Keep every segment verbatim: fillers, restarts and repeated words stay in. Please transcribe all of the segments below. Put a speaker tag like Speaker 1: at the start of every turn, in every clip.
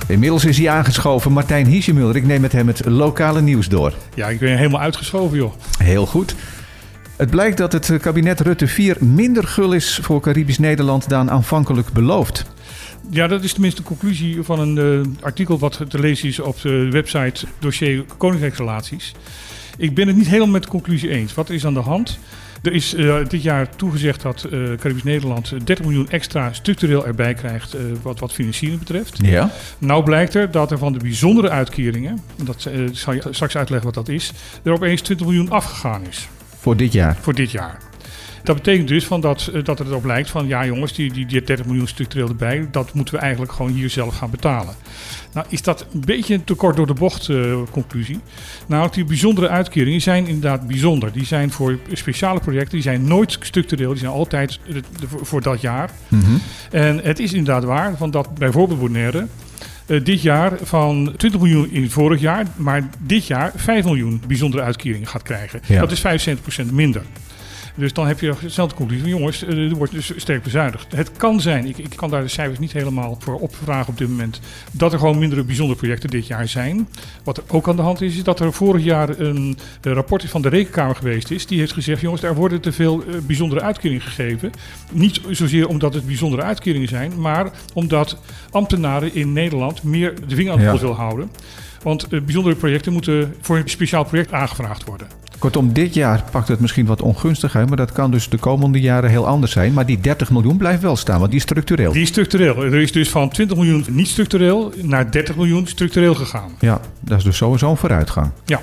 Speaker 1: Inmiddels is hij aangeschoven, Martijn Hiesemuller. Ik neem met hem het lokale nieuws door.
Speaker 2: Ja, ik ben helemaal uitgeschoven, joh.
Speaker 1: Heel goed. Het blijkt dat het kabinet Rutte vier minder gul is voor Caribisch Nederland dan aanvankelijk beloofd.
Speaker 2: Ja, dat is tenminste de conclusie van een uh, artikel wat te lezen is op de website dossier Koninkrijksrelaties. Ik ben het niet helemaal met de conclusie eens. Wat er is aan de hand? Er is uh, dit jaar toegezegd dat uh, Caribisch Nederland dertig miljoen extra structureel erbij krijgt uh, wat, wat financiering betreft.
Speaker 1: Ja.
Speaker 2: Nou blijkt er dat er van de bijzondere uitkeringen, dat uh, zal je straks uitleggen wat dat is, er opeens twintig miljoen afgegaan is.
Speaker 1: Voor dit jaar?
Speaker 2: Voor dit jaar. Dat betekent dus van dat, dat het erop lijkt van ja jongens, die, die, die dertig miljoen structureel erbij, dat moeten we eigenlijk gewoon hier zelf gaan betalen. Nou is dat een beetje een tekort door de bocht uh, conclusie. Nou, die bijzondere uitkeringen zijn inderdaad bijzonder. Die zijn voor speciale projecten, die zijn nooit structureel, die zijn altijd de, de, voor dat jaar.
Speaker 1: Mm-hmm. En
Speaker 2: het is inderdaad waar, van dat bijvoorbeeld Bonaire uh, dit jaar van twintig miljoen in het vorig jaar, maar dit jaar vijf miljoen bijzondere uitkeringen gaat krijgen. Ja. Dat is vijfenzeventig procent minder. Dus dan heb je dezelfde conclusie van jongens, er wordt dus sterk bezuinigd. Het kan zijn, ik, ik kan daar de cijfers niet helemaal voor opvragen op dit moment, dat er gewoon mindere bijzondere projecten dit jaar zijn. Wat er ook aan de hand is, is dat er vorig jaar een, een rapport van de Rekenkamer geweest is. Die heeft gezegd, jongens, er worden te veel uh, bijzondere uitkeringen gegeven. Niet zozeer omdat het bijzondere uitkeringen zijn, maar omdat ambtenaren in Nederland meer de vinger aan de pols willen houden. Want uh, bijzondere projecten moeten voor een speciaal project aangevraagd worden.
Speaker 1: Kortom, dit jaar pakt het misschien wat ongunstig uit, maar dat kan dus de komende jaren heel anders zijn. Maar die dertig miljoen blijft wel staan, want die is structureel.
Speaker 2: Die is structureel. Er is dus van twintig miljoen niet structureel naar dertig miljoen structureel gegaan.
Speaker 1: Ja, dat is dus sowieso een vooruitgang.
Speaker 2: Ja.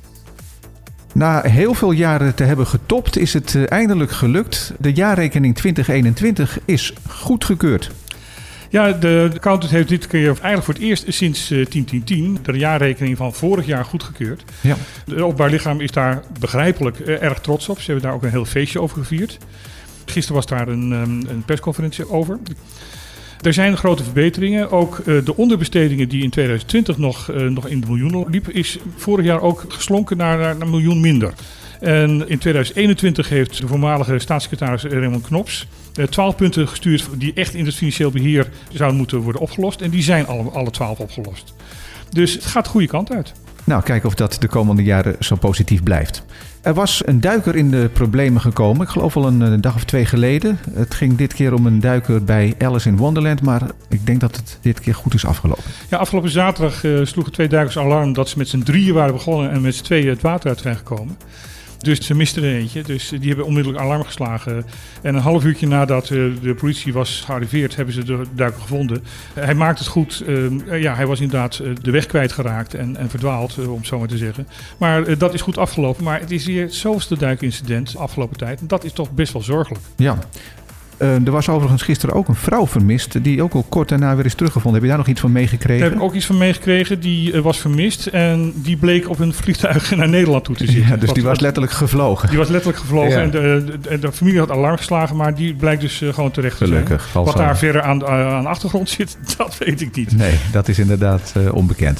Speaker 1: Na heel veel jaren te hebben getopt is het eindelijk gelukt. De jaarrekening twintig eenentwintig is goedgekeurd.
Speaker 2: Ja, de accountant heeft dit keer eigenlijk voor het eerst sinds uh, tien tien tien de jaarrekening van vorig jaar goedgekeurd. Ja. Het Openbaar Lichaam is daar begrijpelijk uh, erg trots op. Ze hebben daar ook een heel feestje over gevierd. Gisteren was daar een, um, een persconferentie over. Er zijn grote verbeteringen. Ook uh, de onderbestedingen die in tweeduizend twintig nog, uh, nog in de miljoenen liep, is vorig jaar ook geslonken naar, naar een miljoen minder. En in tweeduizend eenentwintig heeft de voormalige staatssecretaris Raymond Knops twaalf punten gestuurd die echt in het financieel beheer zouden moeten worden opgelost. En die zijn alle, alle twaalf opgelost. Dus het gaat de goede kant uit.
Speaker 1: Nou, kijken of dat de komende jaren zo positief blijft. Er was een duiker in de problemen gekomen. Ik geloof al een, een dag of twee geleden. Het ging dit keer om een duiker bij Alice in Wonderland. Maar ik denk dat het dit keer goed is afgelopen.
Speaker 2: Ja, afgelopen zaterdag uh, sloegen twee duikers alarm dat ze met z'n drieën waren begonnen en met z'n tweeën het water uit zijn gekomen. Dus ze misten er eentje, dus die hebben onmiddellijk alarm geslagen. En een half uurtje nadat uh, de politie was gearriveerd, hebben ze de duiker gevonden. Uh, hij maakt het goed. Uh, ja, hij was inderdaad uh, de weg kwijtgeraakt en, en verdwaald, uh, om het zo maar te zeggen. Maar uh, dat is goed afgelopen. Maar het is weer het zoveelste duikincident afgelopen tijd. En dat is toch best wel zorgelijk.
Speaker 1: Ja. Uh, er was overigens gisteren ook een vrouw vermist die ook al kort daarna weer is teruggevonden. Heb je daar nog iets van meegekregen?
Speaker 2: Daar heb ik ook iets van meegekregen. Die uh, was vermist en die bleek op een vliegtuig naar Nederland toe te zitten.
Speaker 1: Ja, dus Wat, die was letterlijk gevlogen.
Speaker 2: Die was letterlijk gevlogen ja. en de, de, de familie had alarm geslagen, maar die blijkt dus uh, gewoon terecht te
Speaker 1: Gelukkig,
Speaker 2: zijn.
Speaker 1: Gelukkig.
Speaker 2: Wat daar verder aan, uh, aan de achtergrond zit, dat weet ik niet.
Speaker 1: Nee, dat is inderdaad uh, onbekend.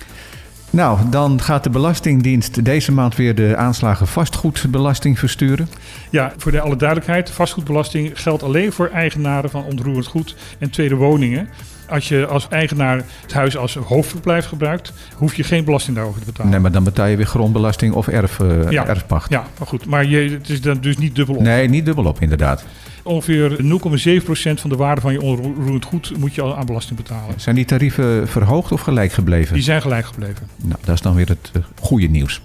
Speaker 1: Nou, dan gaat de Belastingdienst deze maand weer de aanslagen vastgoedbelasting versturen.
Speaker 2: Ja, voor de alle duidelijkheid, vastgoedbelasting geldt alleen voor eigenaren van onroerend goed en tweede woningen. Als je als eigenaar het huis als hoofdverblijf gebruikt, hoef je geen belasting daarover te betalen.
Speaker 1: Nee, maar dan betaal je weer grondbelasting of erf, uh,
Speaker 2: ja.
Speaker 1: erfpacht.
Speaker 2: Ja, maar goed. Maar je, het is dan dus niet dubbelop.
Speaker 1: Nee, niet dubbelop, inderdaad.
Speaker 2: Ongeveer nul komma zeven procent van de waarde van je onroerend goed moet je al aan belasting betalen.
Speaker 1: Zijn die tarieven verhoogd of gelijk gebleven?
Speaker 2: Die zijn gelijk gebleven.
Speaker 1: Nou, dat is dan weer het uh, goede nieuws.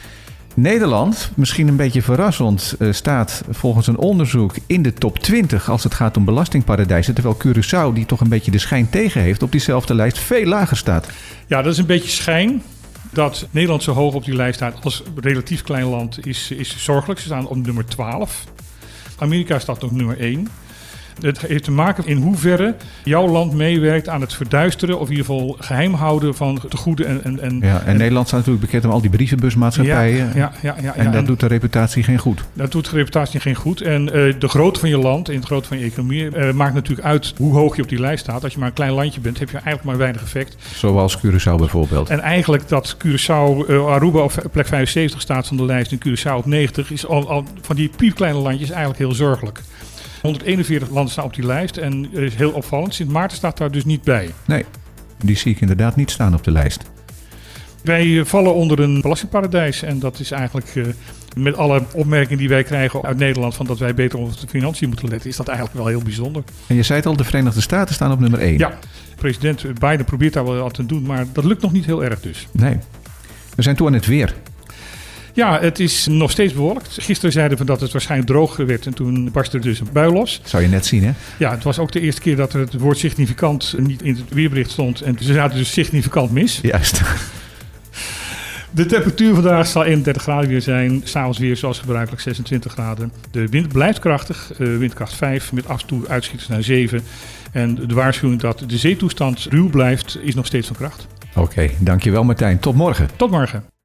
Speaker 1: Nederland, misschien een beetje verrassend, uh, staat volgens een onderzoek in de top twintig als het gaat om belastingparadijzen. Terwijl Curaçao, die toch een beetje de schijn tegen heeft, op diezelfde lijst veel lager staat.
Speaker 2: Ja, dat is een beetje schijn. Dat Nederland zo hoog op die lijst staat als relatief klein land is, is zorgelijk. Ze staan op nummer twaalf. Amerika staat op nummer één. Het heeft te maken in hoeverre jouw land meewerkt aan het verduisteren of in ieder geval geheim houden van tegoeden. En, en, en,
Speaker 1: ja, en, en Nederland staat natuurlijk bekend om al die brievenbusmaatschappijen.
Speaker 2: Ja, ja, ja, ja,
Speaker 1: en
Speaker 2: ja,
Speaker 1: dat
Speaker 2: en,
Speaker 1: doet de reputatie geen goed.
Speaker 2: Dat doet de reputatie geen goed. En uh, de grootte van je land en de grootte van je economie uh, maakt natuurlijk uit hoe hoog je op die lijst staat. Als je maar een klein landje bent, heb je eigenlijk maar weinig effect.
Speaker 1: Zoals Curaçao bijvoorbeeld. En
Speaker 2: eigenlijk dat Curaçao, uh, Aruba op plek vijfenzeventig staat van de lijst en Curaçao op negentig, is al, al van die piepkleine landjes eigenlijk heel zorgelijk. honderdeenenveertig landen staan op die lijst en er is heel opvallend. Sint Maarten staat daar dus niet bij.
Speaker 1: Nee. Die zie ik inderdaad niet staan op de lijst.
Speaker 2: Wij vallen onder een belastingparadijs. En dat is eigenlijk, uh, met alle opmerkingen die wij krijgen uit Nederland, van dat wij beter op onze financiën moeten letten, is dat eigenlijk wel heel bijzonder.
Speaker 1: En je zei het al, de Verenigde Staten staan op nummer één.
Speaker 2: Ja, president Biden probeert daar wel wat te doen, maar dat lukt nog niet heel erg dus.
Speaker 1: Nee. We zijn toe aan het weer.
Speaker 2: Ja, het is nog steeds bewolkt. Gisteren zeiden we dat het waarschijnlijk droger werd en toen barstte er dus een bui los.
Speaker 1: Zou je net zien, hè?
Speaker 2: Ja, het was ook de eerste keer dat er het woord significant niet in het weerbericht stond. En ze zaten dus significant mis.
Speaker 1: Juist.
Speaker 2: De temperatuur vandaag zal eenendertig graden weer zijn. S'avonds weer zoals gebruikelijk zesentwintig graden. De wind blijft krachtig, uh, windkracht vijf, met af en toe uitschieters naar zeven. En de waarschuwing dat de zeetoestand ruw blijft, is nog steeds van kracht.
Speaker 1: Oké, okay, dankjewel Martijn. Tot morgen.
Speaker 2: Tot morgen.